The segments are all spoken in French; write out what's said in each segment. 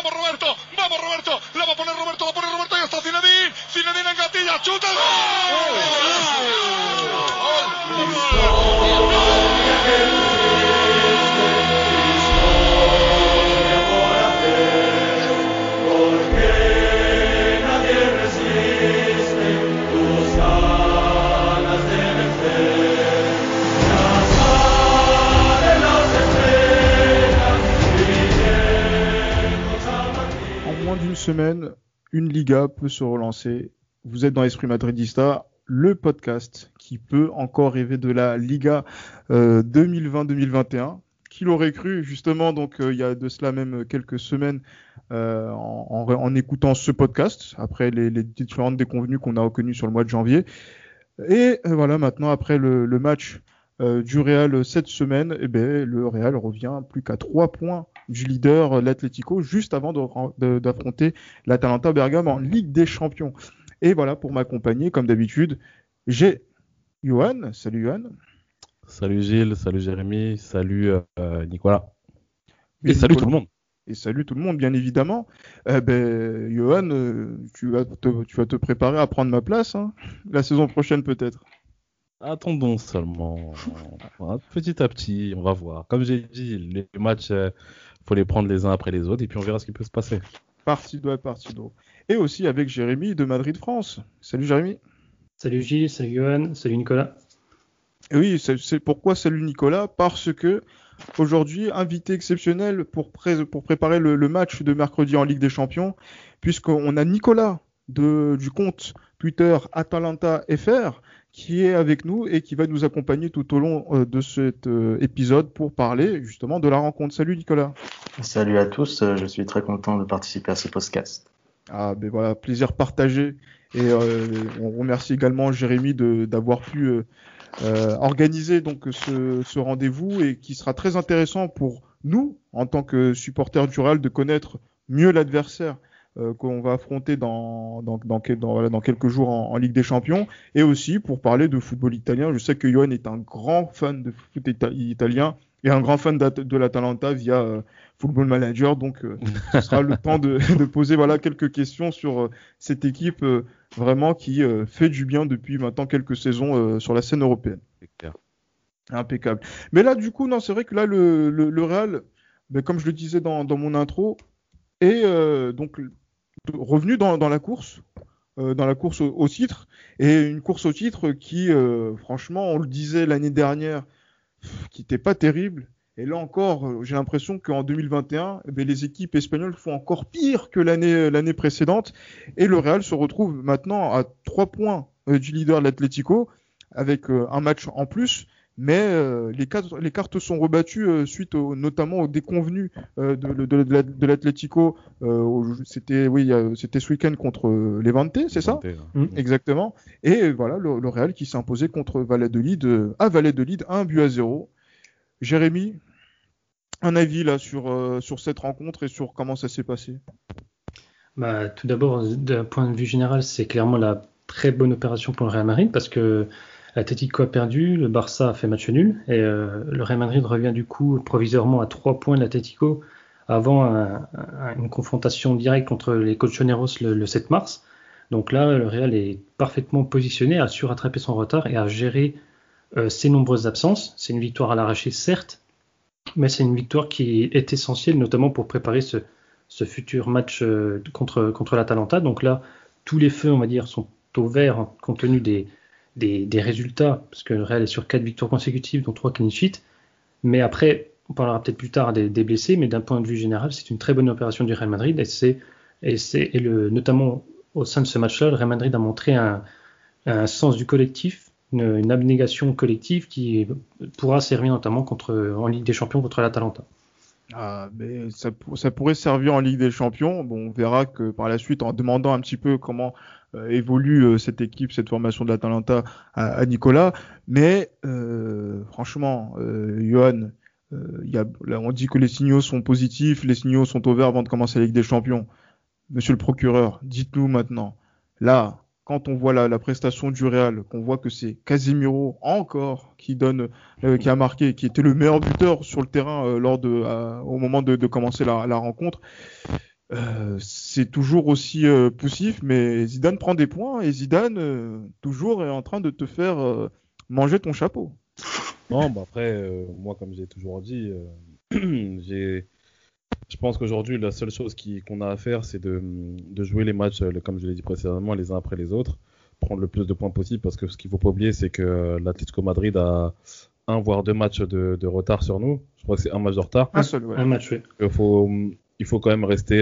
vamos Roberto, la va a poner Roberto, y está Zinedine engatilla, chuta el D'une semaine, une Liga peut se relancer. Vous êtes dans Esprit Madridista, le podcast qui peut encore rêver de la Liga 2020-2021. Qui l'aurait cru, justement, donc il y a de cela même quelques semaines en écoutant ce podcast, après les différentes déconvenues qu'on a reconnues sur le mois de janvier. Et voilà, maintenant, après le match du Real cette semaine, le Real revient plus qu'à 3 points du leader, l'Atlético, juste avant d'affronter l'Atalanta Bergame en Ligue des Champions. Et voilà, pour m'accompagner, comme d'habitude, j'ai Johan. Salut Johan. Salut Gilles, salut Jérémy, salut Nicolas. Et salut tout le monde. Et salut tout le monde, bien évidemment. Johan, tu vas te préparer à prendre ma place, hein, la saison prochaine peut-être. Attendons seulement. Petit à petit, on va voir. Comme j'ai dit, les matchs, faut les prendre les uns après les autres et puis on verra ce qui peut se passer. Parti d'eau. Et aussi avec Jérémy de Madrid France. Salut Jérémy. Salut Gilles, salut Johan, salut Nicolas. Et oui, c'est pourquoi salut Nicolas, parce que aujourd'hui, invité exceptionnel pour préparer le match de mercredi en Ligue des Champions, puisqu'on a Nicolas du compte Twitter Atalanta FR qui est avec nous et qui va nous accompagner tout au long de cet épisode pour parler justement de la rencontre. Salut Nicolas. Salut à tous, je suis très content de participer à ce podcast. Ah ben voilà, plaisir partagé. Et on remercie également Jérémy d'avoir pu organiser donc ce rendez-vous et qui sera très intéressant pour nous en tant que supporters du Real de connaître mieux l'adversaire qu'on va affronter dans quelques jours en Ligue des Champions, et aussi pour parler de football italien. Je sais que Johan est un grand fan de foot italien et un grand fan de l'Atalanta via Football Manager, donc ce sera le temps de poser quelques questions sur cette équipe vraiment qui fait du bien depuis maintenant quelques saisons sur la scène européenne. C'est clair. Impeccable. Mais là, du coup, non, c'est vrai que là, le Real, comme je le disais dans mon intro, est donc revenu dans la course au titre, et une course au titre qui, franchement, on le disait l'année dernière, qui n'était pas terrible. Et là encore, j'ai l'impression qu'en 2021, les équipes espagnoles font encore pire que l'année précédente, et le Real se retrouve maintenant à 3 points du leader de l'Atlético, avec un match en plus. Mais les cartes sont rebattues suite notamment aux déconvenues de l'Atlético. C'était ce week-end contre Levante, c'est ça ? Exactement. Et voilà, le Real qui s'est imposé contre Valladolid à Valladolid 1-0. Jérémy, un avis là sur cette rencontre et sur comment ça s'est passé ? Tout d'abord, d'un point de vue général, c'est clairement la très bonne opération pour le Real Madrid parce que l'Atlético a perdu, le Barça a fait match nul et le Real Madrid revient du coup provisoirement à 3 points de l'Atlético avant une confrontation directe contre les Colchoneros le 7 mars. Donc là, le Real est parfaitement positionné, a su rattraper son retard et a géré ses nombreuses absences. C'est une victoire à l'arraché, certes, mais c'est une victoire qui est essentielle, notamment pour préparer ce futur match contre l'Atalanta. Donc là, tous les feux, on va dire, sont au vert compte tenu des résultats, parce que le Real est sur 4 victoires consécutives, dont 3 clean sheets. Mais après, on parlera peut-être plus tard des blessés, mais d'un point de vue général, c'est une très bonne opération du Real Madrid. Notamment au sein de ce match-là, le Real Madrid a montré un sens du collectif, une abnégation collective qui pourra servir notamment en Ligue des Champions contre l'Atalanta. Ah, mais ça pourrait servir en Ligue des Champions. Bon, on verra que par la suite, en demandant un petit peu comment évolue cette équipe, cette formation de l'Atalanta à Nicolas. Mais franchement, Johan, là, on dit que les signaux sont positifs, les signaux sont au vert avant de commencer la Ligue des Champions. Monsieur le procureur, dites-nous maintenant, là, quand on voit la prestation du Real, qu'on voit que c'est Casemiro encore qui a marqué, qui était le meilleur buteur sur le terrain au moment de commencer la rencontre. c'est toujours aussi poussif, mais Zidane prend des points et Zidane toujours est en train de te faire manger ton chapeau. Non, bah après, moi, comme j'ai toujours dit, je pense qu'aujourd'hui, la seule chose qu'on a à faire, c'est de jouer les matchs, comme je l'ai dit précédemment, les uns après les autres, prendre le plus de points possible, parce que ce qu'il faut pas oublier, c'est que l'Atlético Madrid a un voire deux matchs de retard sur nous. Je crois que c'est un match de retard. Un seul, ouais. Un match, oui. Il faut quand même rester,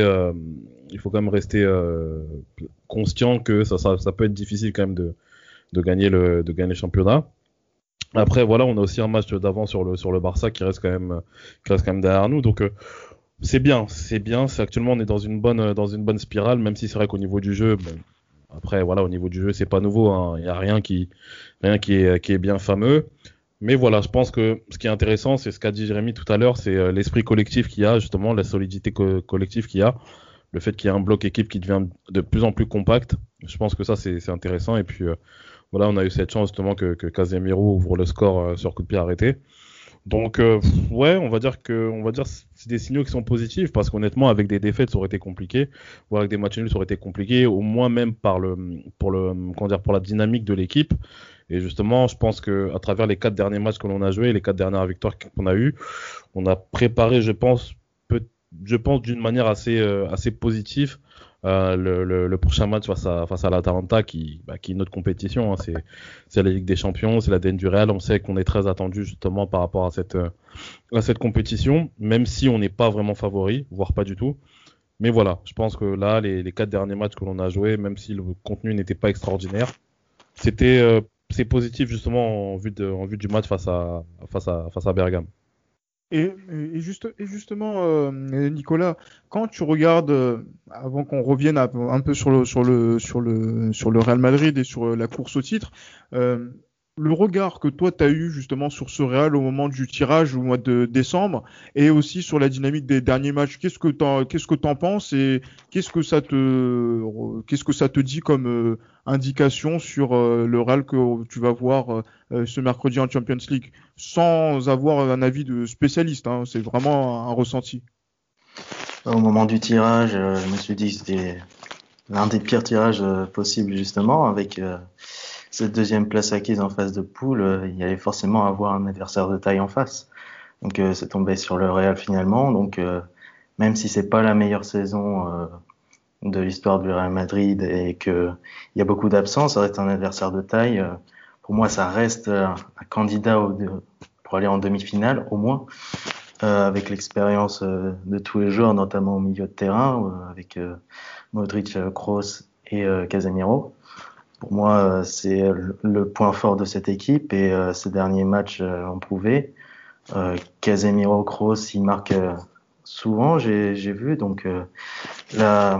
conscient que ça peut être difficile quand même de gagner le championnat. Après, voilà, on a aussi un match d'avant sur le Barça qui reste quand même derrière nous. Donc, c'est bien. Actuellement, on est dans une bonne spirale, même si c'est vrai qu'au niveau du jeu, bon, après, voilà, au niveau du jeu, c'est pas nouveau, hein. Il y a rien qui est bien fameux. Mais voilà, je pense que ce qui est intéressant, c'est ce qu'a dit Jérémy tout à l'heure, c'est l'esprit collectif qu'il y a, justement, la solidité collective qu'il y a, le fait qu'il y a un bloc équipe qui devient de plus en plus compact. Je pense que ça, c'est intéressant. Et puis, voilà, on a eu cette chance justement que Casemiro ouvre le score sur coup de pied arrêté. Donc, ouais, on va dire c'est des signaux qui sont positifs, parce qu'honnêtement, avec des défaites, ça aurait été compliqué, ou avec des matchs nuls, ça aurait été compliqué, au moins même pour la dynamique de l'équipe. Et justement, je pense que à travers les 4 derniers matchs que l'on a joués, les 4 dernières victoires qu'on a eues, on a préparé, je pense d'une manière assez positive le prochain match face à l'Atalanta, qui est notre compétition, hein. C'est la Ligue des Champions, c'est l'ADN du Real. On sait qu'on est très attendu justement par rapport à cette compétition, même si on n'est pas vraiment favori, voire pas du tout. Mais voilà, je pense que là, les 4 derniers matchs que l'on a joués, même si le contenu n'était pas extraordinaire, c'est positif justement en vue du match face à Bergame. Et justement, Nicolas, quand tu regardes, avant qu'on revienne un peu sur le Real Madrid et sur la course au titre, le regard que toi tu as eu justement sur ce Real au moment du tirage au mois de décembre, et aussi sur la dynamique des derniers matchs, qu'est-ce que t'en penses, et qu'est-ce que ça te dit comme indication sur le Real que tu vas voir ce mercredi en Champions League, sans avoir un avis de spécialiste, hein, c'est vraiment un ressenti. Au moment du tirage, je me suis dit que c'était l'un des pires tirages possibles, justement, avec cette deuxième place acquise en phase de poule. Il y allait forcément avoir un adversaire de taille en face. Donc c'est tombé sur le Real finalement. Donc même si c'est pas la meilleure saison de l'histoire du Real Madrid et que il y a beaucoup d'absents, ça reste un adversaire de taille. Pour moi, ça reste un candidat pour aller en demi-finale au moins, avec l'expérience de tous les joueurs, notamment au milieu de terrain, avec Modric, Kroos et Casemiro. Pour moi, c'est le point fort de cette équipe, et ces derniers matchs l'ont prouvé. Casemiro, Kroos, ils marquent souvent, j'ai vu. Donc la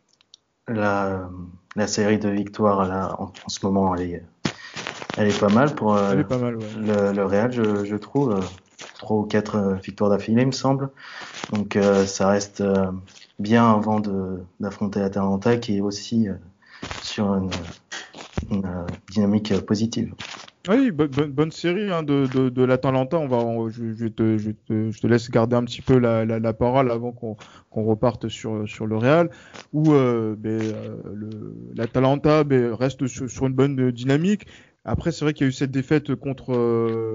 série de victoires là, en ce moment, elle est pas mal pour Elle est pas mal, ouais. le Real, je trouve. 3 ou 4 victoires d'affilée, il me semble. Donc ça reste bien avant d'affronter l'Atalanta, qui est aussi sur une dynamique positive. Oui, bonne série, hein, de l'Atalanta. Je te laisse garder un petit peu la parole avant qu'on reparte sur le Real, où l'Atalanta reste sur une bonne dynamique. Après, c'est vrai qu'il y a eu cette défaite contre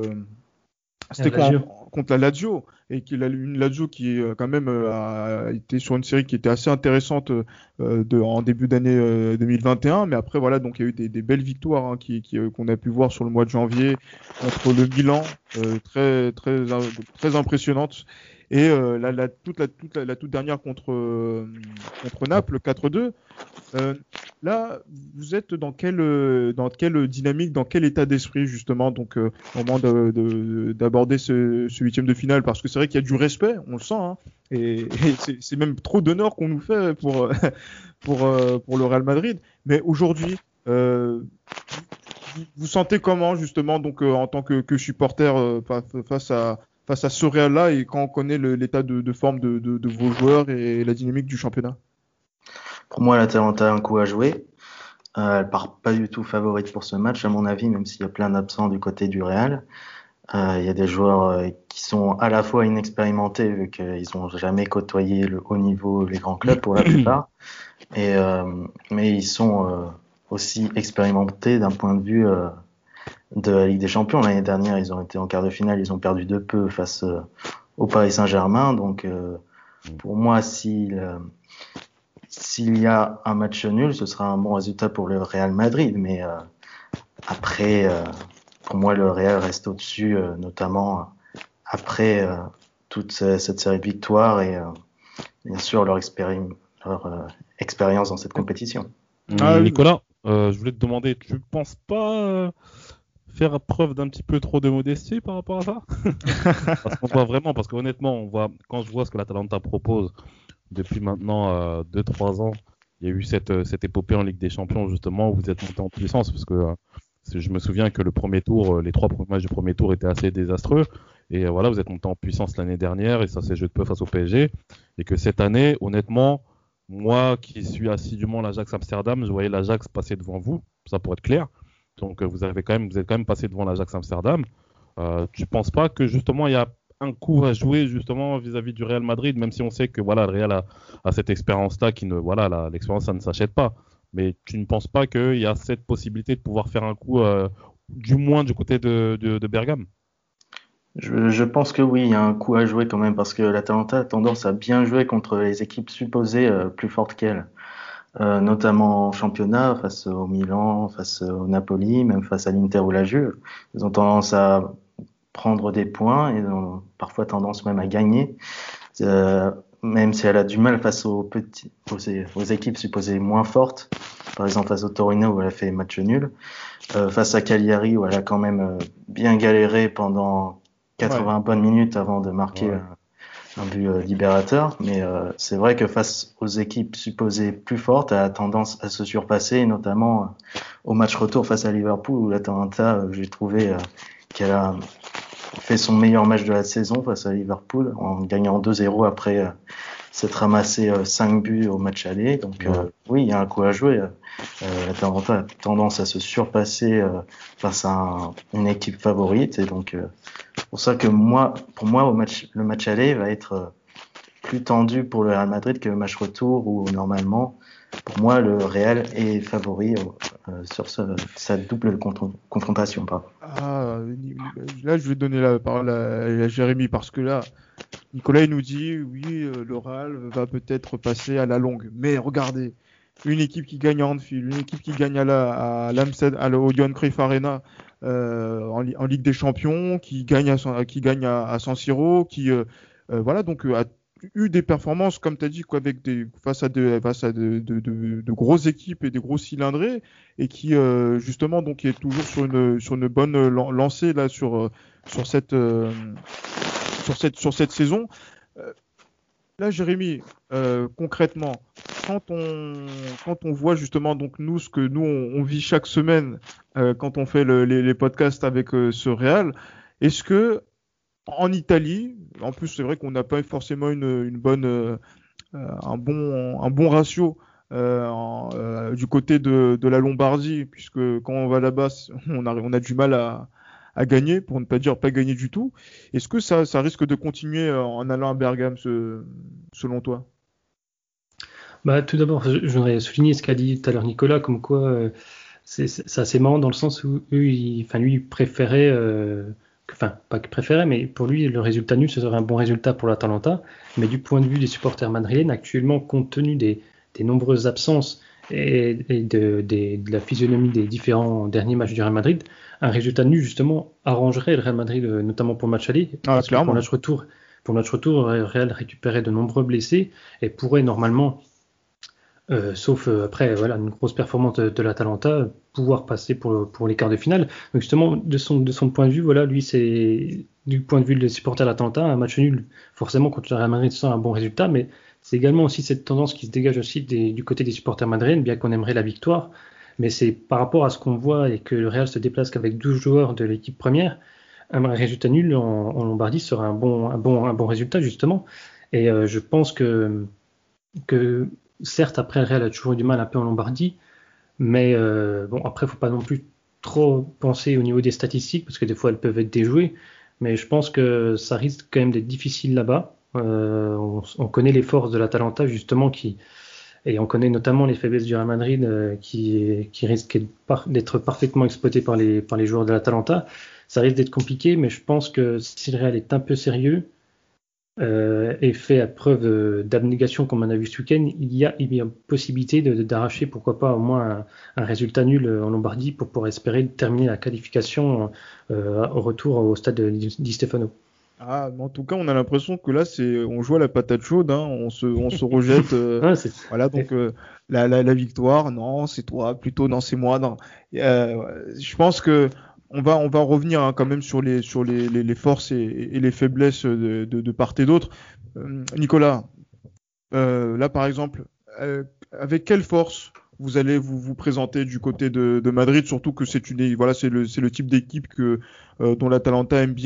la Lazio, et qu'il a une Lazio qui quand même a été sur une série qui était assez intéressante en début d'année 2021, mais après voilà, donc il y a eu des belles victoires, hein, qu'on a pu voir sur le mois de janvier contre le Milan, très très très impressionnante, et la toute dernière contre Naples 4-2. Là, vous êtes dans quelle dynamique, dans quel état d'esprit justement, donc au moment d'aborder ce huitième de finale, parce que c'est vrai qu'il y a du respect, on le sent, hein, et c'est même trop d'honneur qu'on nous fait pour le Real Madrid. Mais aujourd'hui, vous sentez comment justement, donc en tant que supporter, face à ce Real-là, et quand on connaît l'état de forme de vos joueurs et la dynamique du championnat? Pour moi, l'Atalanta a un coup à jouer. Elle part pas du tout favorite pour ce match, à mon avis, même s'il y a plein d'absents du côté du Real. Il y a des joueurs qui sont à la fois inexpérimentés vu qu'ils n'ont jamais côtoyé le haut niveau, les grands clubs pour la plupart, mais ils sont aussi expérimentés d'un point de vue de la Ligue des Champions. L'année dernière, ils ont été en quart de finale, ils ont perdu de peu face au Paris Saint-Germain. Donc, pour moi, s'il y a un match nul, ce sera un bon résultat pour le Real Madrid. Mais après, pour moi, le Real reste au-dessus, notamment après toute cette série de victoires et bien sûr leur expérience dans cette compétition. Nicolas, je voulais te demander, tu penses pas faire preuve d'un petit peu trop de modestie par rapport à ça? Parce qu'on voit vraiment, parce qu'honnêtement, quand je vois ce que l'Atalanta propose depuis maintenant 2-3 ans, il y a eu cette épopée en Ligue des Champions justement où vous êtes monté en puissance, parce que je me souviens que le premier tour, les 3 premiers matchs du premier tour étaient assez désastreux, et voilà, vous êtes monté en puissance l'année dernière, et ça s'est joué de peu face au PSG, et que cette année, honnêtement, moi qui suis assidûment l'Ajax Amsterdam, je voyais l'Ajax passer devant vous, ça pour être clair. Donc vous êtes quand même passé devant l'Ajax Amsterdam. Tu penses pas que justement il y a un coup à jouer justement vis-à-vis du Real Madrid, même si on sait que voilà, le Real a cette expérience-là l'expérience ça ne s'achète pas. Mais tu ne penses pas qu'il y a cette possibilité de pouvoir faire un coup, du moins du côté de Bergame? Je pense que oui, il y a un coup à jouer quand même parce que l'Atalanta a tendance à bien jouer contre les équipes supposées plus fortes qu'elle, notamment en championnat, face au Milan, face au Napoli, même face à l'Inter ou la Juve. Ils ont tendance à prendre des points et ont parfois tendance même à gagner, même si elle a du mal face aux équipes supposées moins fortes. Par exemple, face au Torino où elle a fait match nul, face à Cagliari où elle a quand même bien galéré pendant 80 bonnes minutes avant de marquer un but libérateur. Mais c'est vrai que face aux équipes supposées plus fortes, elle a tendance à se surpasser, et notamment au match retour face à Liverpool où l'Atalanta, j'ai trouvé qu'elle a fait son meilleur match de la saison face à Liverpool en gagnant 2-0 après s'être ramassé 5 buts au match aller. Donc oui, il y a un coup à jouer. L'Atalanta a tendance à se surpasser face à une équipe favorite, et donc c'est pour ça que pour moi, le match aller va être plus tendu pour le Real Madrid que le match retour où normalement, pour moi, le Real est favori sur sa double confrontation. Là, je vais donner la parole à Jérémy parce que là, Nicolas il nous dit oui, le Real va peut-être passer à la longue. Mais regardez, une équipe qui gagne à Anfield, une équipe qui gagne au Johan Cruyff Arena en Ligue des Champions, qui gagne à San Siro, voilà, donc a eu des performances, comme tu as dit, quoi, face à de grosses équipes et des gros cylindrés, et qui justement donc est toujours sur une bonne lancée là sur cette saison. Là, Jérémy, concrètement, quand on voit justement donc nous ce que nous on vit chaque semaine quand on fait les podcasts avec ce Real, est-ce que en Italie, en plus c'est vrai qu'on n'a pas forcément une bonne un bon ratio du côté de la Lombardie, puisque quand on va là-bas, on a du mal à gagner, pour ne pas dire pas gagner du tout. Est-ce que ça risque de continuer en allant à Bergame, selon toi? Bah, tout d'abord, je voudrais souligner ce qu'a dit tout à l'heure Nicolas, comme quoi c'est assez marrant dans le sens où lui, il préférait, pas qu'il préférait, mais pour lui, le résultat nul, ce serait un bon résultat pour l'Atalanta. Mais du point de vue des supporters madrilènes, actuellement, compte tenu des nombreuses absences et de la physionomie des différents derniers matchs du Real Madrid, un résultat nul, justement, arrangerait le Real Madrid, notamment pour le match aller. Parce que pour le match retour, le Real récupérait de nombreux blessés et pourrait normalement, sauf après une grosse performance de l'Atalanta, pouvoir passer pour les quarts de finale. Donc justement, de son point de vue, lui, c'est du point de vue des supporters de l'Atalanta, un match nul, forcément, contre le Real Madrid, c'est un bon résultat, mais c'est également aussi cette tendance qui se dégage aussi du côté des supporters madrilènes, bien qu'on aimerait la victoire. Mais c'est par rapport à ce qu'on voit et que le Real se déplace qu'avec 12 joueurs de l'équipe première, un résultat nul en Lombardie sera un bon résultat, justement. Et je pense que certes, après, le Real a toujours eu du mal un peu en Lombardie, mais après, il ne faut pas non plus trop penser au niveau des statistiques, parce que des fois, elles peuvent être déjouées. mais je pense que ça risque quand même d'être difficile là-bas. On connaît les forces de l'Atalanta justement et on connaît notamment les faiblesses du Real Madrid qui risquent d'être parfaitement exploitées par les joueurs de l'Atalanta. Ça risque d'être compliqué, mais je pense que si le Real est un peu sérieux et fait à preuve d'abnégation comme on a vu ce week-end, il y a possibilité d'arracher pourquoi pas au moins un résultat nul en Lombardie pour pouvoir espérer terminer la qualification au retour au stade Di Stefano. Ah, mais en tout cas, on a l'impression que là, on joue à la patate chaude, hein, on se rejette. Voilà, donc la victoire, non, c'est toi, plutôt non, c'est moi. Non. Je pense que on va revenir hein, quand même sur les forces et les faiblesses de part et d'autre. Nicolas, là par exemple, avec quelle force vous allez vous présenter du côté de Madrid, surtout que c'est le type d'équipe dont l'Atalanta aime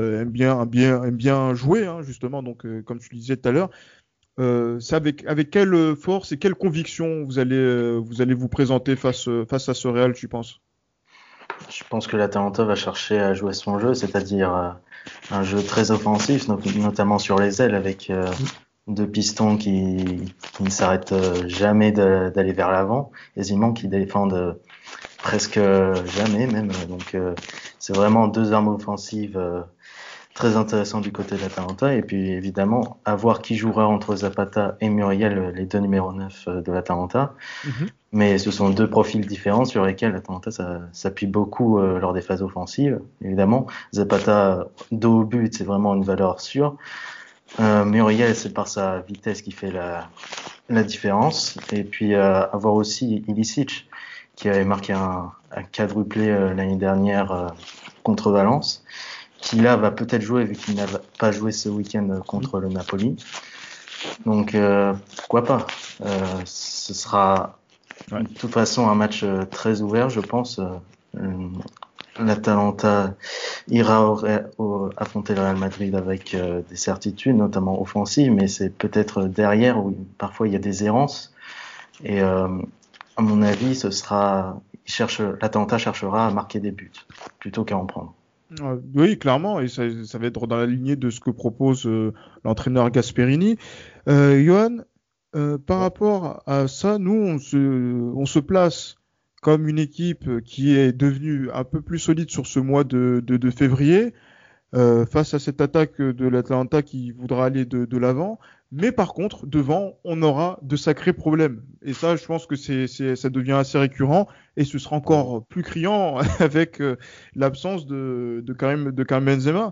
bien jouer hein, justement. Donc comme tu le disais tout à l'heure, c'est avec quelle force et quelle conviction vous allez vous présenter face à ce Real, tu penses? Je pense que l'Atalanta va chercher à jouer son jeu, c'est-à-dire un jeu très offensif, notamment sur les ailes, avec deux pistons qui ne s'arrêtent jamais d'aller vers l'avant, quasiment qui défendent presque jamais même. Donc c'est vraiment deux armes offensives très intéressantes du côté de l'Atalanta. Et puis évidemment, à voir qui jouera entre Zapata et Muriel, les deux numéros 9 de l'Atalanta. Mais ce sont deux profils différents sur lesquels l'Atalanta s'appuie beaucoup lors des phases offensives. Évidemment, Zapata dos au but, c'est vraiment une valeur sûre. Muriel, c'est par sa vitesse qui fait la différence. Et puis avoir aussi Ilicic, qui avait marqué un quadruplé l'année dernière contre Valence, qui là va peut-être jouer vu qu'il n'a pas joué ce week-end contre le Napoli. Donc pourquoi pas. Ce sera de toute façon un match très ouvert, je pense. L'Atalanta ira affronter le Real Madrid avec des certitudes, notamment offensives, mais c'est peut-être derrière où parfois il y a des errances. Et à mon avis, l'Atalanta cherchera à marquer des buts plutôt qu'à en prendre. Oui, clairement, et ça va être dans la lignée de ce que propose l'entraîneur Gasperini. Johan, par rapport à ça, nous, on se place comme une équipe qui est devenue un peu plus solide sur ce mois de février, face à cette attaque de l'Atalanta qui voudra aller de l'avant. Mais par contre, devant, on aura de sacrés problèmes. Et ça, je pense que ça devient assez récurrent et ce sera encore plus criant avec l'absence de Karim Benzema.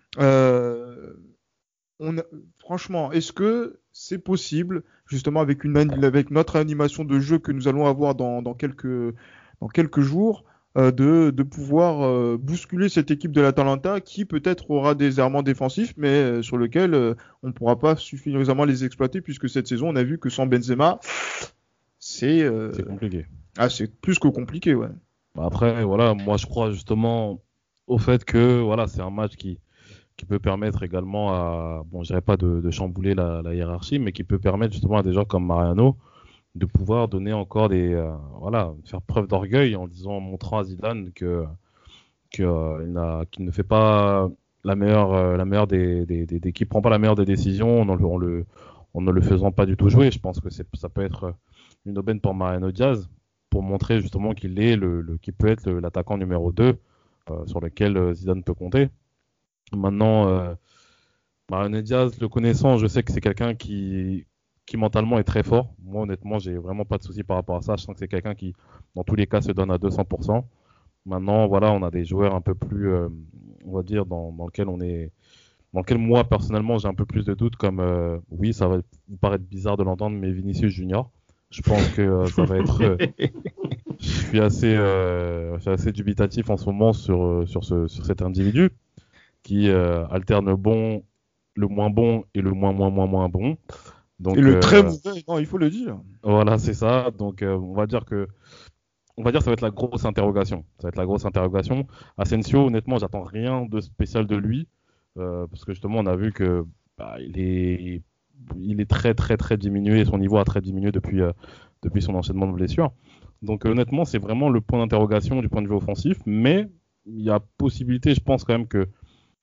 Franchement, est-ce que c'est possible, justement avec notre animation de jeu que nous allons avoir dans quelques jours, de pouvoir bousculer cette équipe de l'Atalanta qui peut-être aura des errements défensifs, mais sur lequel on ne pourra pas suffisamment les exploiter puisque cette saison, on a vu que sans Benzema, c'est compliqué. Ah, c'est plus que compliqué, ouais. Après, voilà, moi je crois justement au fait que voilà, c'est un match qui peut permettre également je dirais pas de chambouler la hiérarchie, mais qui peut permettre justement à des gens comme Mariano de pouvoir donner encore faire preuve d'orgueil en montrant à Zidane qu'il ne fait pas la meilleure qui prend pas la meilleure des décisions en ne le faisant pas du tout jouer. Je pense que ça peut être une aubaine pour Mariano Diaz pour montrer justement qu'il est qui peut être l'attaquant numéro 2 sur lequel Zidane peut compter. Maintenant, Mariano Diaz, le connaissant, je sais que c'est quelqu'un qui mentalement est très fort. Moi, honnêtement, j'ai vraiment pas de soucis par rapport à ça. Je sens que c'est quelqu'un qui, dans tous les cas, se donne à 200%. Maintenant, voilà, on a des joueurs un peu plus, on va dire, dans lequel moi, personnellement, j'ai un peu plus de doutes, comme, oui, ça va vous paraître bizarre de l'entendre, mais Vinicius Junior. Je pense que ça va être... je suis assez dubitatif en ce moment sur cet individu qui alterne le moins bon et le moins bon. Donc, et le très mauvais, non, il faut le dire. Voilà, c'est ça. Donc, on va dire que ça va être la grosse interrogation. Ça va être la grosse interrogation. Asensio, honnêtement, j'attends rien de spécial de lui parce que justement, on a vu que il est très très très diminué. Son niveau a très diminué depuis son enchaînement de blessures. Donc, honnêtement, c'est vraiment le point d'interrogation du point de vue offensif. Mais il y a possibilité, je pense quand même que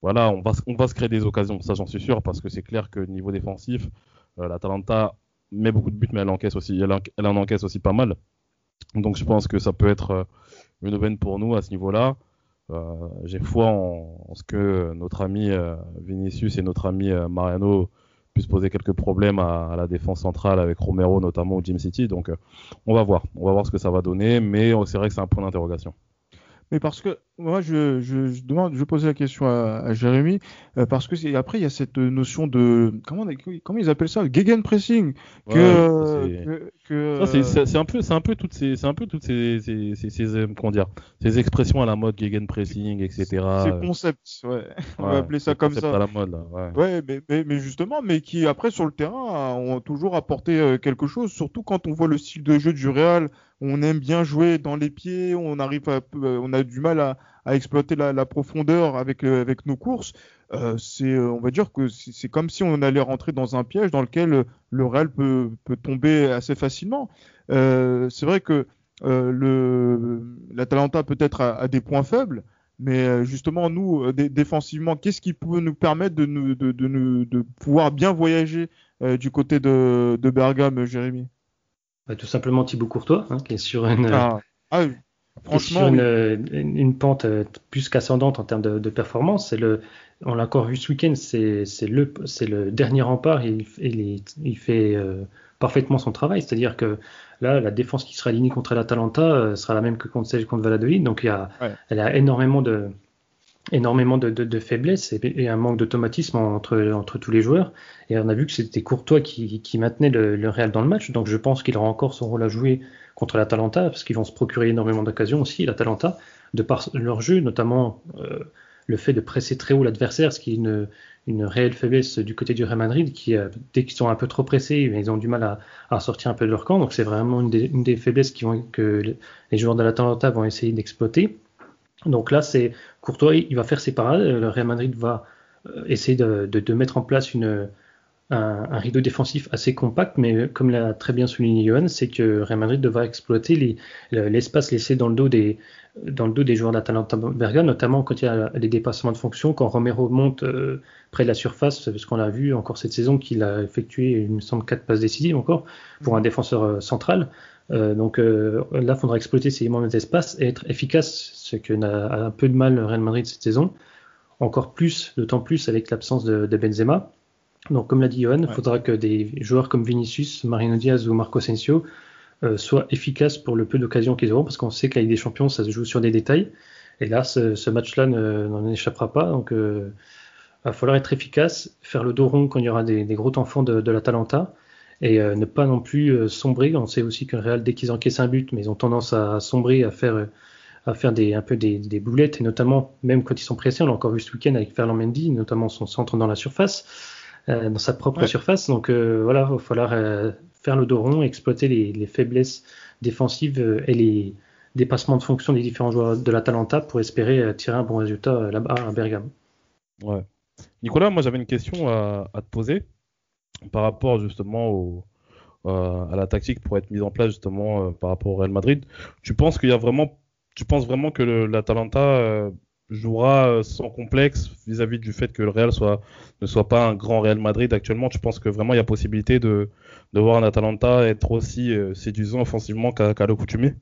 voilà, on va se créer des occasions, ça j'en suis sûr, parce que c'est clair que niveau défensif, l'Atalanta met beaucoup de buts, mais elle en encaisse aussi pas mal. Donc je pense que ça peut être une aubaine pour nous à ce niveau-là. J'ai foi en ce que notre ami Vinicius et notre ami Mariano puissent poser quelques problèmes à la défense centrale avec Romero notamment ou Jim City. Donc on va voir ce que ça va donner, mais c'est vrai que c'est un point d'interrogation. Mais parce que moi, je posais la question à Jérémy, parce que après il y a cette notion de comment ils appellent ça, le gegenpressing, c'est un peu toutes ces comment dire, ces expressions à la mode, gegenpressing, etc. Ces concepts, ouais, on va appeler ça comme ça. À la mode, là, ouais, mais justement, mais qui après sur le terrain ont toujours apporté quelque chose, surtout quand on voit le style de jeu du Real. On aime bien jouer dans les pieds, on a du mal à exploiter la profondeur avec nos courses. On va dire que c'est comme si on allait rentrer dans un piège dans lequel le Real peut tomber assez facilement. C'est vrai que l'Atalanta peut-être a des points faibles, mais justement nous défensivement, qu'est-ce qui peut nous permettre de pouvoir bien voyager du côté de Bergame, Jérémy? Tout simplement Thibaut Courtois, qui est sur franchement, une pente plus qu'ascendante en termes de performance. On l'a encore vu ce week-end, c'est le dernier rempart et il fait parfaitement son travail. C'est-à-dire que là, la défense qui sera alignée contre l'Atalanta sera la même que celle contre Valladolid. Donc elle a énormément de faiblesses et un manque d'automatisme entre tous les joueurs. Et on a vu que c'était Courtois qui maintenait le Real dans le match. Donc je pense qu'il aura encore son rôle à jouer contre l'Atalanta, parce qu'ils vont se procurer énormément d'occasions aussi, l'Atalanta, de par leur jeu, notamment le fait de presser très haut l'adversaire, ce qui est une réelle faiblesse du côté du Real Madrid, qui dès qu'ils sont un peu trop pressés, ils ont du mal à sortir un peu de leur camp. Donc c'est vraiment une des faiblesses que les joueurs de l'Atalanta vont essayer d'exploiter. Donc là, c'est Courtois, il va faire ses parades. Le Real Madrid va essayer de mettre en place un rideau défensif assez compact, mais comme l'a très bien souligné Johan, c'est que Real Madrid devra exploiter l'espace laissé dans le dos des joueurs d'Atalanta Bergame, notamment quand il y a des dépassements de fonction, quand Romero monte près de la surface, parce qu'on l'a vu encore cette saison qu'il a effectué, il me semble, 4 passes décisives encore pour un défenseur central. Donc là, il faudra exploiter ces moments d'espace et être efficace, ce que n'a un peu de mal le Real Madrid cette saison, d'autant plus avec l'absence de Benzema. Donc comme l'a dit Johan, il faudra que des joueurs comme Vinicius, Marino Diaz ou Marco Asensio soient efficaces pour le peu d'occasions qu'ils auront, parce qu'on sait que la Ligue des Champions, ça se joue sur des détails. Et là, ce match-là n'en échappera pas. Donc il va falloir être efficace, faire le dos rond quand il y aura des gros temps forts de l'Atalanta, et ne pas non plus sombrer. On sait aussi que le Real, dès qu'ils encaissent un but, mais ils ont tendance à sombrer, à faire un peu des boulettes, et notamment, même quand ils sont pressés, on l'a encore vu ce week-end avec Ferland Mendy, notamment son centre dans la surface, dans sa propre surface. Donc voilà, il va falloir faire le dos rond, exploiter les faiblesses défensives et les dépassements de fonction des différents joueurs de l'Atalanta pour espérer tirer un bon résultat là-bas à Bergame. Ouais. Nicolas, moi j'avais une question à te poser par rapport justement à la tactique pour être mise en place justement par rapport au Real Madrid. Tu penses vraiment que l'Atalanta jouera sans complexe vis-à-vis du fait que le Real ne soit pas un grand Real Madrid actuellement? Tu penses que vraiment il y a possibilité de voir un Atalanta être aussi séduisant offensivement qu'à l'accoutumée?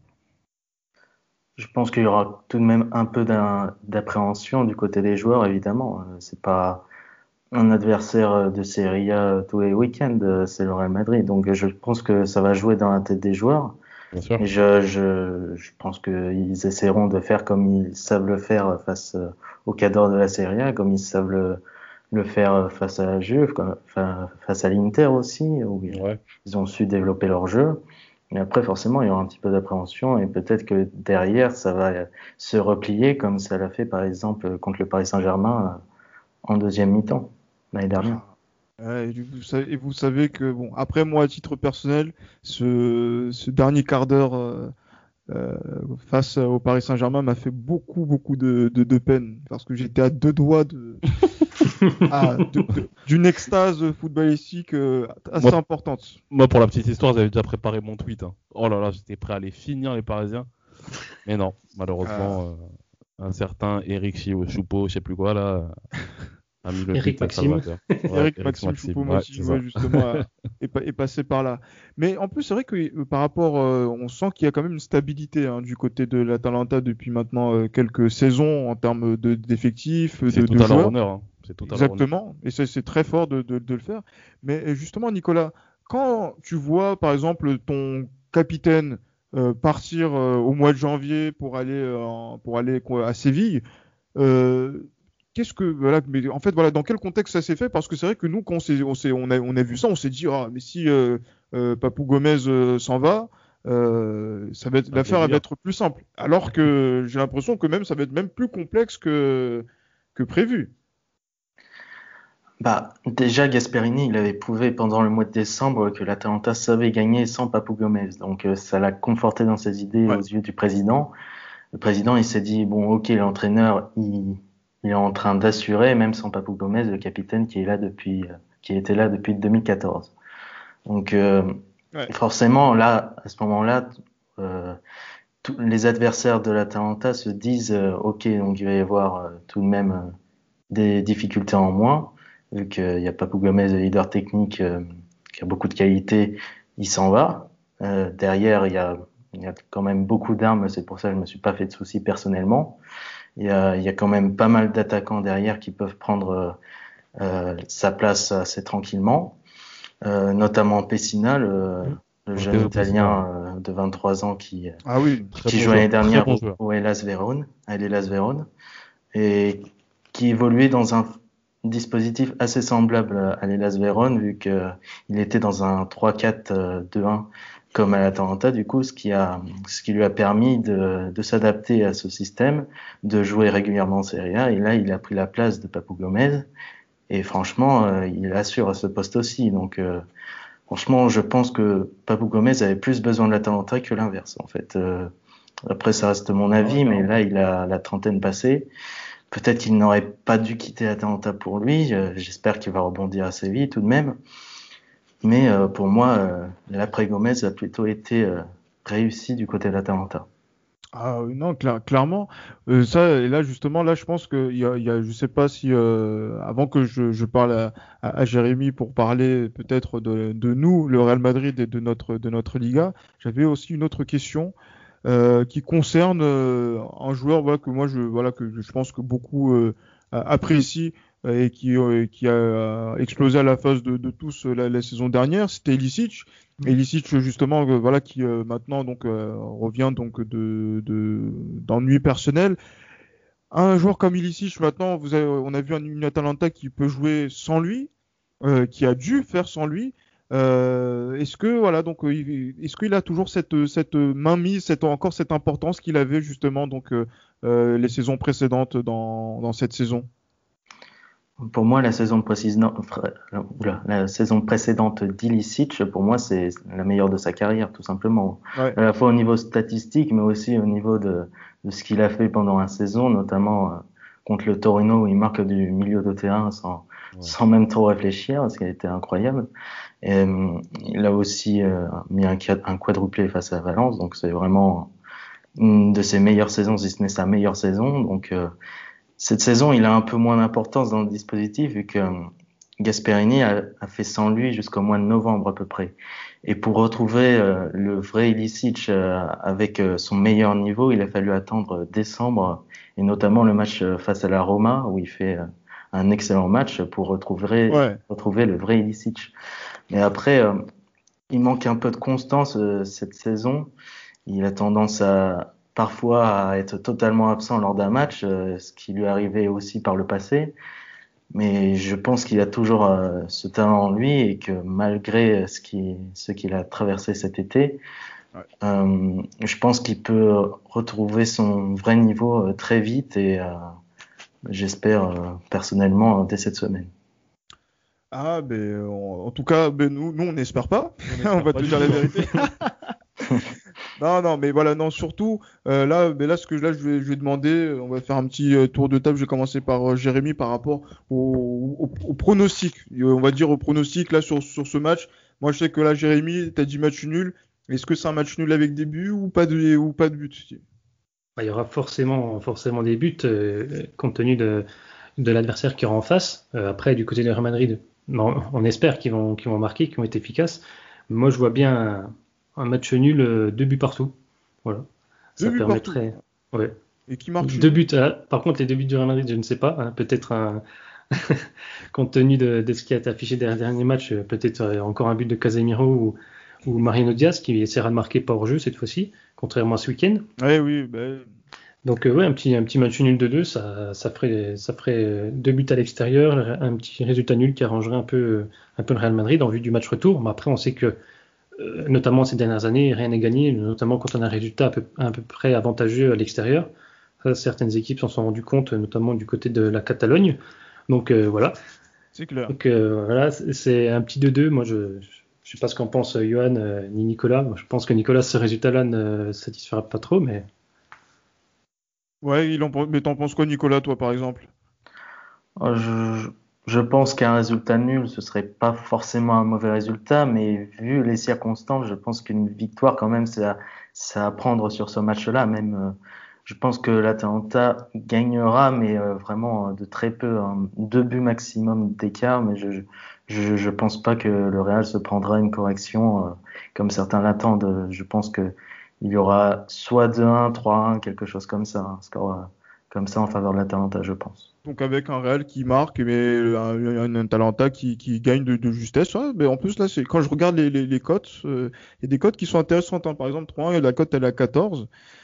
Je pense qu'il y aura tout de même un peu d'appréhension du côté des joueurs, évidemment. C'est pas un adversaire de Serie A tous les week-ends, c'est le Real Madrid. Donc je pense que ça va jouer dans la tête des joueurs. Bien sûr. Et je pense qu'ils essaieront de faire comme ils savent le faire face au cadre de la Serie A, comme ils savent le faire face à la Juve, face à l'Inter aussi, où ils ont su développer leur jeu. Mais après, forcément, il y aura un petit peu d'appréhension et peut-être que derrière, ça va se replier comme ça l'a fait, par exemple, contre le Paris Saint-Germain en deuxième mi-temps l'année dernière. Et vous savez que, bon, après moi, à titre personnel, ce dernier quart d'heure face au Paris Saint-Germain m'a fait beaucoup de peine, parce que j'étais à 2 doigts d'une extase footballistique assez importante. Moi, pour la petite histoire, j'avais déjà préparé mon tweet. Oh là là, j'étais prêt à les finir, les Parisiens. Mais non, malheureusement. un certain Eric Choupo, je sais plus quoi là, a mis le Eric but à Maxime. Salvatore. Eric Maxime Choupo-Moting, c'est ça. justement, est passé par là. Mais en plus, c'est vrai que par rapport, on sent qu'il y a quand même une stabilité du côté de l'Atalanta depuis maintenant quelques saisons en termes d'effectifs, C'est de tout à leur joueurs. honneur. Hein. C'est tout à leur honneur. Exactement, et c'est très fort de le faire. Mais justement, Nicolas, quand tu vois par exemple ton capitaine partir au mois de janvier pour aller à Séville, qu'est-ce que voilà, mais en fait voilà, dans quel contexte ça s'est fait? Parce que c'est vrai que nous, quand on a vu ça, on s'est dit mais si Papou Gomez s'en va. L'affaire va être plus simple. Alors que j'ai l'impression que même ça va être même plus complexe que prévu. Déjà, Gasperini, il avait prouvé pendant le mois de décembre que l'Atalanta savait gagner sans Papou Gomez. Donc, ça l'a conforté dans ses idées aux yeux du président. Le président, il s'est dit, bon, ok, l'entraîneur, il est en train d'assurer, même sans Papou Gomez, le capitaine qui était là depuis 2014. Donc, forcément, là, à ce moment-là, les adversaires de l'Atalanta se disent, ok, donc il va y avoir tout de même des difficultés en moins. Vu qu'il y a Papou Gomez, le leader technique, qui a beaucoup de qualité, il s'en va. Derrière, il y a quand même beaucoup d'armes, c'est pour ça que je me suis pas fait de soucis personnellement. Il y a quand même pas mal d'attaquants derrière qui peuvent prendre sa place assez tranquillement, notamment Pessina, le jeune Italien de 23 ans qui jouait l'année dernière au Hellas Vérone, à l'Hellas Vérone, et qui évoluait dans un dispositif assez semblable à l'Hellas Vérone, vu qu'il était dans un 3-4-2-1 comme à l'Atalanta, du coup, ce qui lui a permis de s'adapter à ce système, de jouer régulièrement en Serie A, et là, il a pris la place de Papou Gomez, et franchement, il assure à ce poste aussi, donc franchement, je pense que Papou Gomez avait plus besoin de l'Atalanta que l'inverse, en fait. Après, ça reste mon avis, mais là, il a la trentaine passée. Peut-être qu'il n'aurait pas dû quitter l'Atalanta pour lui. J'espère qu'il va rebondir assez vite tout de même. Mais pour moi, l'après Gomez a plutôt été réussi du côté de l'Atalanta. Ah non, clairement. Ça, et là justement, là, je pense que je sais pas si avant que je parle à Jérémy pour parler peut-être de nous, le Real Madrid et de notre Liga, j'avais aussi une autre question. Qui concerne un joueur que je pense que beaucoup apprécient et qui a explosé à la face de tous la saison dernière, c'était Ilicic. Ilicic justement qui maintenant donc revient donc d'ennuis personnels. Un joueur comme Ilicic maintenant, on a vu une Atalanta qui peut jouer sans lui, qui a dû faire sans lui. Est-ce qu'il a toujours cette mainmise, encore cette importance qu'il avait justement les saisons précédentes dans cette saison? Pour moi, la saison précédente d'Ilicic, pour moi, c'est la meilleure de sa carrière, tout simplement. Ouais. À la fois au niveau statistique, mais aussi au niveau de ce qu'il a fait pendant la saison, notamment contre le Torino où il marque du milieu de terrain sans même trop réfléchir, ce qui a été incroyable. Et il a aussi mis un quadruplé face à Valence, donc c'est vraiment une de ses meilleures saisons, si ce n'est sa meilleure saison. Donc cette saison, il a un peu moins d'importance dans le dispositif vu que Gasperini a fait sans lui jusqu'au mois de novembre à peu près. Et pour retrouver le vrai Ilicic avec son meilleur niveau, il a fallu attendre décembre et notamment le match face à la Roma où il fait un excellent match pour retrouver le vrai Ilicic. Mais après, il manque un peu de constance cette saison. Il a tendance parfois à être totalement absent lors d'un match, ce qui lui arrivait aussi par le passé. Mais je pense qu'il a toujours ce talent en lui et que malgré ce qu'il a traversé cet été, je pense qu'il peut retrouver son vrai niveau très vite et j'espère personnellement dès cette semaine. Ah, en tout cas, nous on n'espère pas. On va te dire la vérité. Non, mais voilà, non, surtout là, je vais demander, on va faire un petit tour de table. Je vais commencer par Jérémy par rapport au pronostic. On va dire au pronostic là sur ce match. Moi, je sais que là, Jérémy, t'as dit match nul. Est-ce que c'est un match nul avec des buts ou pas de but? il y aura forcément des buts compte tenu de l'adversaire qui aura en face. Après, du côté du Real Madrid, on espère qu'ils vont marquer, qu'ils vont être efficaces. Moi, je vois bien un match nul, 2 buts partout. Voilà. Ça 2 buts permettrait. Ouais. Et qui marque 2 buts. Par contre, les 2 buts du Real Madrid, je ne sais pas. Hein, peut-être compte tenu de ce qui a été affiché dans les derniers matchs, peut-être encore un but de Casemiro ou Mariano Diaz qui essaiera de marquer pas hors jeu cette fois-ci, contrairement à ce week-end. Oui. Donc ouais, un petit match nul de 2, ça ferait 2 buts à l'extérieur, un petit résultat nul qui arrangerait un peu le Real Madrid en vue du match retour. Mais après, on sait que notamment ces dernières années, rien n'est gagné, notamment quand on a un résultat à peu près avantageux à l'extérieur. Ça, certaines équipes s'en sont rendues compte, notamment du côté de la Catalogne. Donc voilà. C'est clair. Donc voilà, c'est un petit 2-2. Moi, je sais pas ce qu'en pense Johan ni Nicolas. Moi, je pense que Nicolas, ce résultat-là ne satisfera pas trop, mais... Ouais, mais t'en penses quoi, Nicolas, toi, par exemple? Je pense qu'un résultat nul, ce serait pas forcément un mauvais résultat, mais vu les circonstances, je pense qu'une victoire, quand même, c'est à prendre sur ce match-là. Même, je pense que l'Atalanta gagnera, mais vraiment de très peu, hein, 2 buts maximum d'écart. Mais je pense pas que le Real se prendra une correction comme certains l'attendent. Je pense que il y aura soit 2-1, 3-1, quelque chose comme ça, un score comme ça en faveur de l'Atalanta, je pense. Donc avec un Real qui marque, mais un Atalanta qui gagne de justesse. Ouais, mais en plus, là, quand je regarde les cotes, il y a des cotes qui sont intéressantes. Hein. Par exemple, 3-1, la cote, elle est à 14.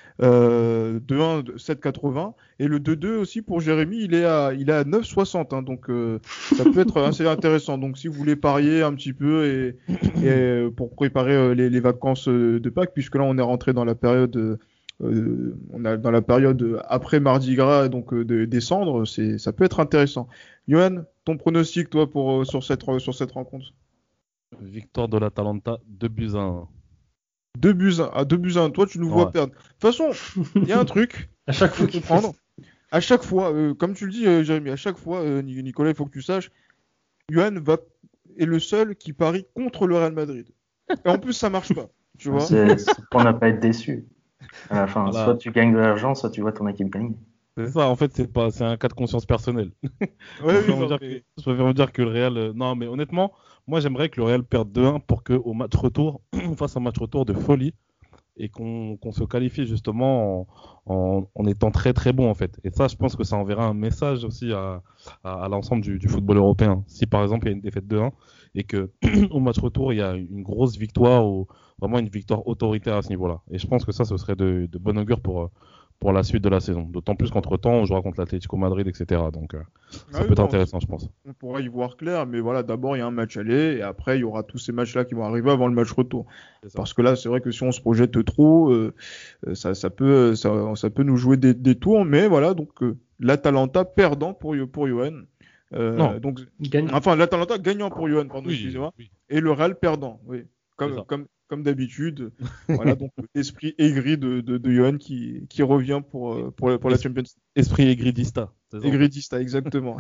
2-1, 7,80. Et le 2-2 aussi pour Jérémy, il est à 9,60. Hein. Donc ça peut être assez intéressant. Donc si vous voulez parier un petit peu et pour préparer les vacances de Pâques, puisque là on est rentré dans la période... dans la période après Mardi Gras, donc des cendres, ça peut être intéressant. Johan, ton pronostic, toi, sur cette rencontre? Victoire de l'Atalanta, 2-1. 2 buts 1. À 2 buts 1, toi, tu nous vois perdre. De toute façon, il y a un truc à chaque fois qu'il faut comprendre. À chaque fois, comme tu le dis, Jérémy, à chaque fois, Nicolas, il faut que tu saches, Johan est le seul qui parie contre le Real Madrid. Et en plus, ça marche pas. Tu vois, c'est pour ne pas être déçu. À la fin, Voilà. soit tu gagnes de l'argent, soit tu vois ton équipe gagner. C'est ça, en fait, c'est un cas de conscience personnelle. Ouais, je préfère me dire que le Real. Non, mais honnêtement, moi j'aimerais que le Real perde 2-1 pour qu'au match retour, on fasse un match retour de folie et qu'on se qualifie justement en étant très très bon en fait. Et ça, je pense que ça enverra un message aussi à l'ensemble du football européen. Si par exemple il y a une défaite 2-1 et que au match retour il y a une grosse victoire ou vraiment une victoire autoritaire à ce niveau-là. Et je pense que ça, ce serait de bon augure pour la suite de la saison. D'autant plus qu'entre-temps, on jouera contre l'Atlético Madrid, etc. Donc, ça peut être intéressant, je pense. On pourra y voir clair, mais voilà, d'abord, il y a un match aller, et après, il y aura tous ces matchs-là qui vont arriver avant le match retour. Parce que là, c'est vrai que si on se projette trop, ça peut nous jouer des tours, mais voilà, donc l'Atalanta perdant pour Johan. Non, donc, gagnant. Enfin, l'Atalanta gagnant pour Johan, pardon, excusez-moi. Oui. Et le Real perdant, oui. Comme d'habitude, voilà, donc l'esprit aigri de Johan qui revient pour la Champions League. Esprit aigridista. Aigridista, exactement.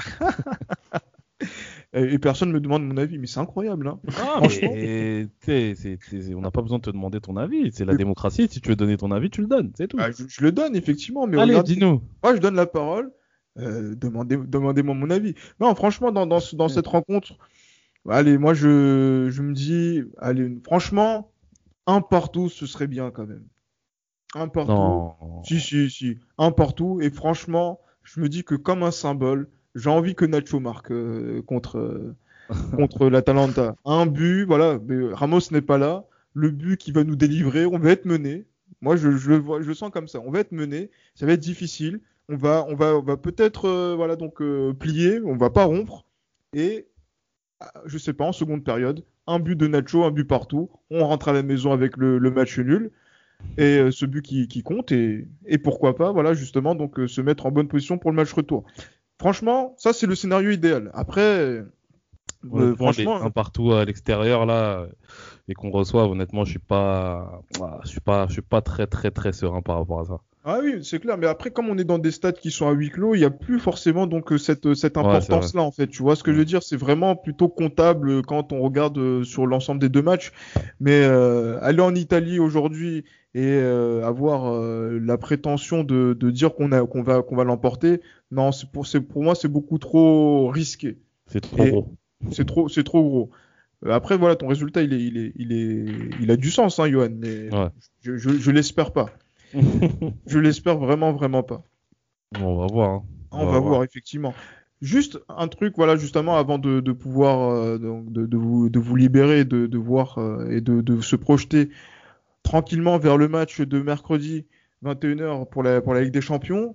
Et personne ne me demande mon avis, mais c'est incroyable. Hein. Ah, franchement. On n'a pas besoin de te demander ton avis. C'est la démocratie. Si tu veux donner ton avis, tu le donnes. C'est tout. Je le donne, effectivement. Mais allez, dis-nous. Moi, je donne la parole. Demandez-moi mon avis. Non, franchement, dans cette rencontre, allez, moi, je me dis, allez, franchement, un partout, ce serait bien quand même. Un partout. Non. Si. Un partout. Et franchement, je me dis que comme un symbole, j'ai envie que Nacho marque contre l'Atalanta. Un but, voilà. Mais Ramos n'est pas là. Le but qui va nous délivrer, on va être mené. Moi, je le vois, je le sens comme ça. On va être mené. Ça va être difficile. On va peut-être plier. On va pas rompre. Et je sais pas, en seconde période, un but de Nacho, un but partout. On rentre à la maison avec le match nul. Et ce but qui compte. Et pourquoi pas, voilà, justement, donc se mettre en bonne position pour le match retour. Franchement, ça, c'est le scénario idéal. Après, franchement, un partout à l'extérieur, là, et qu'on reçoive, honnêtement, je suis pas très, très, très serein par rapport à ça. Ah oui, c'est clair. Mais après, comme on est dans des stades qui sont à huis clos, il n'y a plus forcément donc cette importance-là, en fait. Tu vois ce que je veux dire? C'est vraiment plutôt comptable quand on regarde sur l'ensemble des deux matchs. Mais aller en Italie aujourd'hui et avoir la prétention de dire qu'on va l'emporter, non, pour moi, c'est beaucoup trop risqué. C'est trop Et gros. c'est trop gros. Après, voilà, ton résultat, il a du sens, hein, Johan, mais Ouais. je l'espère pas. Je l'espère vraiment, vraiment pas. Bon, on va voir. Hein. On va voir, effectivement. Juste un truc, voilà, justement, avant de pouvoir donc de vous libérer, de voir et de se projeter tranquillement vers le match de mercredi 21h pour la Ligue des Champions.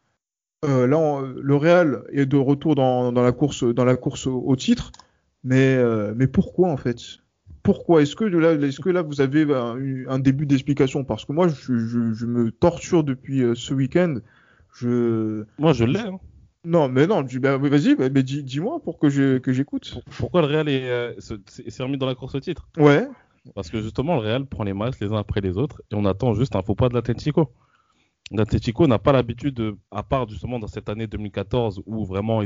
Là, le Real est de retour dans la course au titre. Mais pourquoi, en fait? Pourquoi? Est-ce que là vous avez un début d'explication? Parce que moi, je me torture depuis ce week-end. Moi, je l'ai. Hein. Non, mais non, vas-y, mais dis-moi pour que j'écoute. Pourquoi le Real s'est remis dans la course au titre? Ouais. Parce que justement, le Real prend les matchs les uns après les autres et on attend juste un faux pas de l'Atlético. L'Atlético n'a pas l'habitude, à part justement dans cette année 2014 où vraiment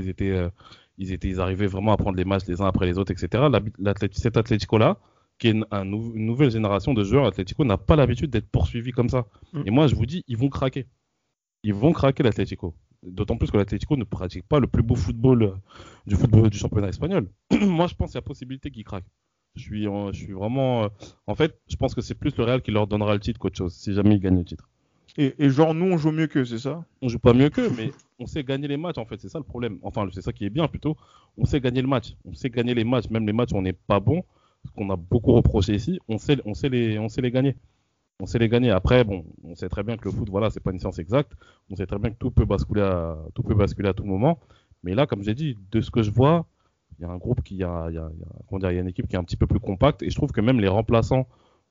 ils arrivaient vraiment à prendre les matchs les uns après les autres, etc. Cet Atlético-là, qui est une nouvelle génération de joueurs, Atlético n'a pas l'habitude d'être poursuivi comme ça. Et moi, je vous dis, ils vont craquer. Ils vont craquer l'Atlético. D'autant plus que l'Atlético ne pratique pas le plus beau football du championnat espagnol. Moi, je pense qu'il y a possibilité qu'ils craquent. Je suis vraiment. En fait, je pense que c'est plus le Real qui leur donnera le titre qu'autre chose, si jamais ils gagnent le titre. Et genre, nous, on joue mieux qu'eux, c'est ça? On joue pas mieux qu'eux, mais on sait gagner les matchs, en fait. C'est ça le problème. Enfin, c'est ça qui est bien, plutôt. On sait gagner le match. On sait gagner les matchs, même les matchs où on n'est pas bon, ce qu'on a beaucoup reproché ici. On sait les gagner. On sait les gagner. Après, bon, on sait très bien que le foot, voilà, c'est pas une science exacte. On sait très bien que tout peut basculer à tout moment. Mais là, comme j'ai dit, de ce que je vois, il y a un groupe il y a une équipe qui est un petit peu plus compacte. Et je trouve que même les remplaçants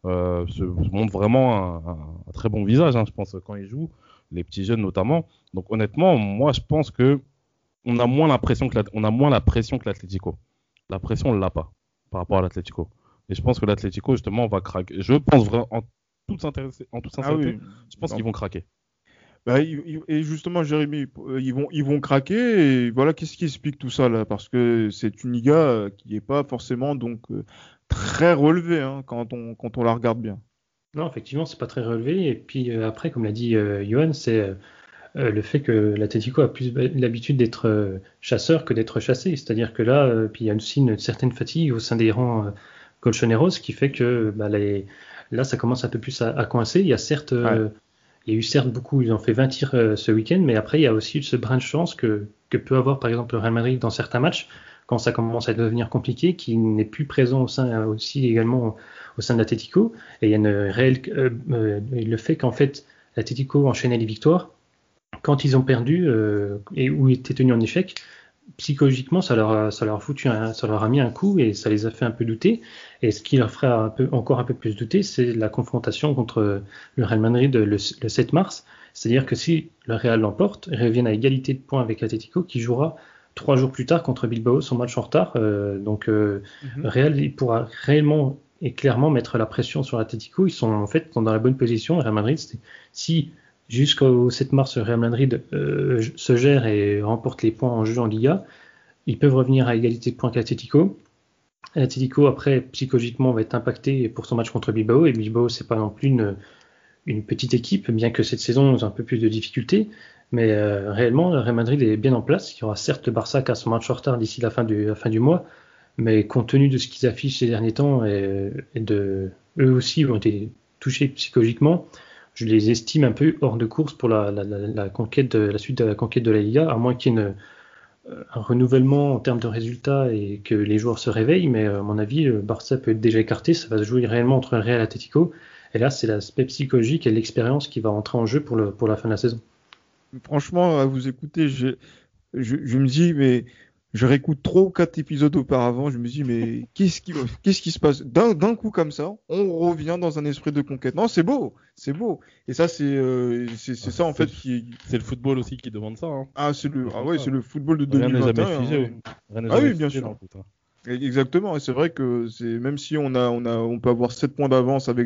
se montrent vraiment un très bon visage, hein, je pense, quand ils jouent, les petits jeunes notamment. Donc honnêtement, moi, je pense que on a moins la pression que l'Atlético. La pression, on l'a pas par rapport à l'Atlético. Et je pense que l'Atlético, justement, va craquer. Je pense vraiment, en toute sincérité, je pense qu'ils vont craquer. Bah, et justement, Jérémy, ils vont craquer. Et voilà, qu'est-ce qui explique tout ça là? Parce que c'est une Liga qui n'est pas forcément donc très relevée, hein, quand on la regarde bien. Non, effectivement, c'est pas très relevé. Et puis après, comme l'a dit Johan, c'est le fait que l'Atlético a plus l'habitude d'être chasseur que d'être chassé. C'est-à-dire que là, puis il y a aussi une certaine fatigue au sein des rangs colchoneros qui fait que là, ça commence un peu plus à coincer. Il y a certes, il y a eu certes beaucoup, ils ont fait 20 tirs ce week-end, mais après, il y a aussi ce brin de chance que peut avoir par exemple le Real Madrid dans certains matchs, quand ça commence à devenir compliqué, qui n'est plus présent aussi également au sein de l'Atlético. Et il y a une réelle, le fait qu'en fait l'Atlético enchaînait les victoires, quand ils ont perdu et où ils étaient tenus en échec, psychologiquement, ça leur a mis un coup et ça les a fait un peu douter. Et ce qui leur ferait encore un peu plus douter, c'est la confrontation contre le Real Madrid le 7 mars. C'est-à-dire que si le Real l'emporte, ils reviennent à égalité de points avec l'Atlético, qui jouera 3 jours plus tard contre Bilbao, son match en retard. Le Real, il pourra réellement et clairement mettre la pression sur l'Atlético. Ils sont en fait dans la bonne position. Le Real Madrid, si jusqu'au 7 mars, le Real Madrid se gère et remporte les points en jeu en Liga, ils peuvent revenir à égalité de points qu'Atlético. L'Atlético, après, psychologiquement, va être impacté pour son match contre Bilbao. Et Bilbao, c'est pas non plus une petite équipe, bien que cette saison ait un peu plus de difficultés. Mais réellement, le Real Madrid est bien en place. Il y aura certes le Barça qui a son match en retard d'ici la fin du mois. Mais compte tenu de ce qu'ils affichent ces derniers temps et eux aussi ont été touchés psychologiquement, je les estime un peu hors de course pour la suite de la conquête de la Liga, à moins qu'il y ait un renouvellement en termes de résultats et que les joueurs se réveillent. Mais à mon avis, le Barça peut être déjà écarté. Ça va se jouer réellement entre le Real et l'Atlético. Et là, c'est l'aspect psychologique et l'expérience qui va rentrer en jeu pour la fin de la saison. Franchement, à vous écouter, je me dis, mais je réécoute 3 ou 4 épisodes auparavant, je me dis, mais qu'est-ce qui se passe? D'un coup comme ça, on revient dans un esprit de conquête. Non, c'est beau. Et ça, c'est ça en fait qui. C'est le football aussi qui demande ça. Hein. Ah, c'est le football de 2021. Rien n'est jamais figé. Oui, bien sûr. Exactement. Et c'est vrai que même si on peut avoir 7 points d'avance avec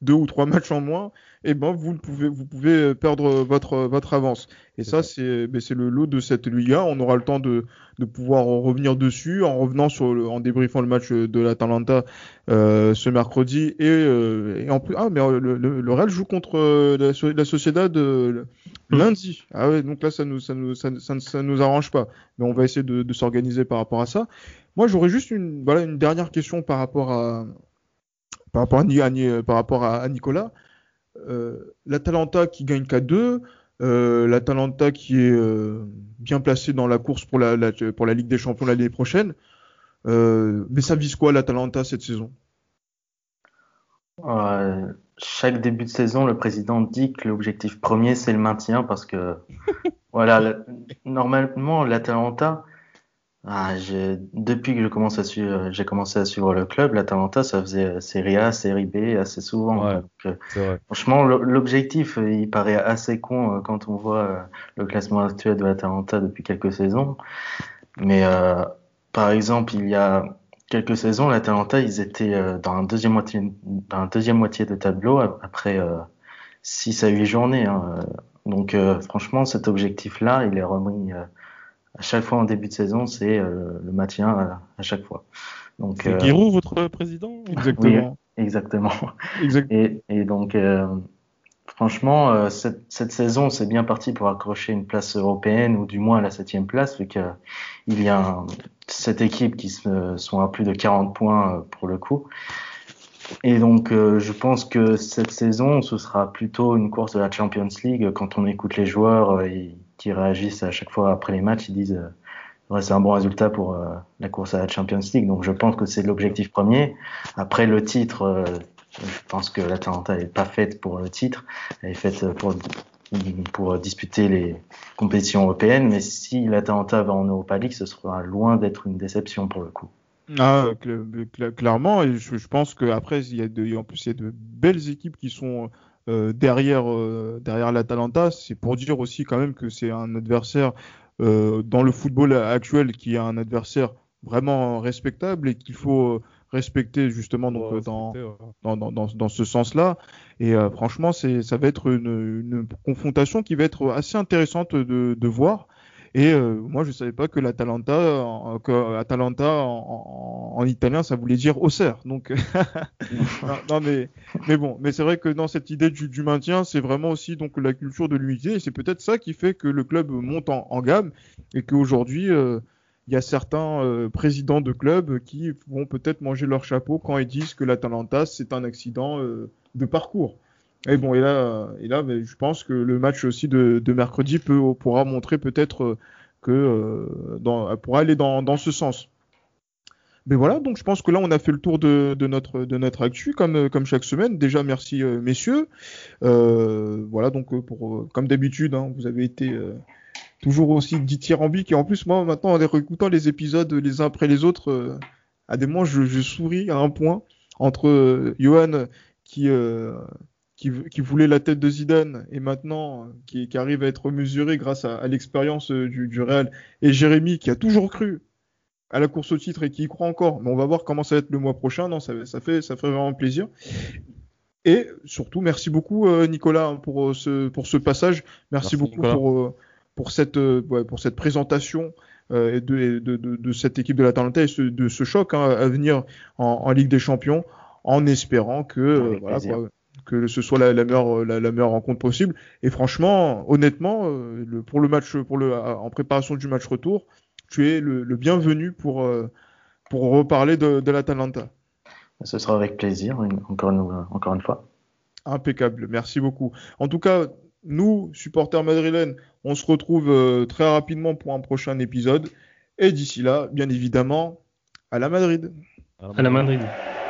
2 ou 3 matchs en moins, et ben vous pouvez perdre votre avance. Et ça, c'est le lot de cette Liga. On aura le temps de pouvoir revenir dessus en revenant en débriefant le match de l'Atalanta ce mercredi. Et en plus, le Real joue contre la Sociedad lundi. Ah ouais, donc là ça nous arrange pas. Mais on va essayer de s'organiser par rapport à ça. Moi, j'aurais juste une dernière question par rapport à Nicolas. L'Atalanta qui gagne 4-2, l'Atalanta qui est bien placé dans la course pour la Ligue des Champions l'année prochaine. Mais ça vise quoi l'Atalanta cette saison? Chaque début de saison, le président dit que l'objectif premier c'est le maintien parce que voilà, normalement l'Atalanta, depuis que j'ai commencé à suivre le club, l'Atalanta ça faisait Serie A, Serie B assez souvent. Ouais, Donc, c'est vrai. franchement, l'objectif il paraît assez con quand on voit le classement actuel de l'Atalanta depuis quelques saisons. Mais par exemple, il y a quelques saisons, l'Atalanta, ils étaient dans la deuxième moitié de tableau après 6 à 8 journées. Donc franchement, cet objectif-là, il est remis à chaque fois en début de saison, c'est le maintien à chaque fois. Donc C'est Giroud, votre président? Exactement. oui, exactement. Exact. Et donc franchement, cette saison, c'est bien parti pour accrocher une place européenne ou du moins la 7e place, vu qu'il y a cette équipe qui sont à plus de 40 points pour le coup. Et donc, je pense que cette saison, ce sera plutôt une course de la Champions League. Quand on écoute les joueurs qui réagissent à chaque fois après les matchs, ils disent ouais, c'est un bon résultat pour la course à la Champions League. Donc, je pense que c'est l'objectif premier. Après, le titre, je pense que l'Atalanta n'est pas faite pour le titre. Elle est faite pour disputer les compétitions européennes. Mais si l'Atalanta va en Europa League, ce sera loin d'être une déception pour le coup. Clairement, et je pense qu'après, en plus, il y a de belles équipes qui sont derrière l'Atalanta. C'est pour dire aussi quand même que c'est un adversaire dans le football actuel qui est un adversaire vraiment respectable et qu'il faut respecter justement donc dans ce sens-là. Et franchement, ça va être une confrontation qui va être assez intéressante de voir. Et moi, je savais pas que l'Atalanta, en italien, ça voulait dire Auxerre. Donc, non, mais bon, mais c'est vrai que dans cette idée du maintien, c'est vraiment aussi donc la culture de l'unité. Et c'est peut-être ça qui fait que le club monte en gamme et qu'aujourd'hui, il y a certains présidents de clubs qui vont peut-être manger leur chapeau quand ils disent que l'Atalanta, c'est un accident de parcours. Et bon, et là, mais je pense que le match aussi de mercredi pourra montrer peut-être pourra aller dans ce sens. Mais voilà, donc je pense que là, on a fait le tour de notre actu, comme chaque semaine. Déjà, merci messieurs. Voilà, donc comme d'habitude, hein, vous avez été toujours aussi dithyrambique. Et en plus, moi, maintenant, en réécoutant les épisodes les uns après les autres, à des moments, je souris à un point entre Johan qui voulait la tête de Zidane et maintenant qui arrive à être mesuré grâce à l'expérience du Real, et Jérémy qui a toujours cru à la course au titre et qui y croit encore. Mais on va voir comment ça va être le mois prochain. Non, ça fait vraiment plaisir. Et surtout, merci beaucoup Nicolas pour ce passage. Merci beaucoup pour cette présentation de cette équipe de l'Atalanta et de ce choc à venir en Ligue des Champions, en espérant que que ce soit la meilleure rencontre possible. Et franchement, honnêtement, en préparation du match retour, tu es le bienvenu pour reparler de l'Atalanta. Ce sera avec plaisir, encore une fois. Impeccable, merci beaucoup. En tout cas, nous, supporters madrilènes, on se retrouve très rapidement pour un prochain épisode. Et d'ici là, bien évidemment, à la Madrid. À la Madrid.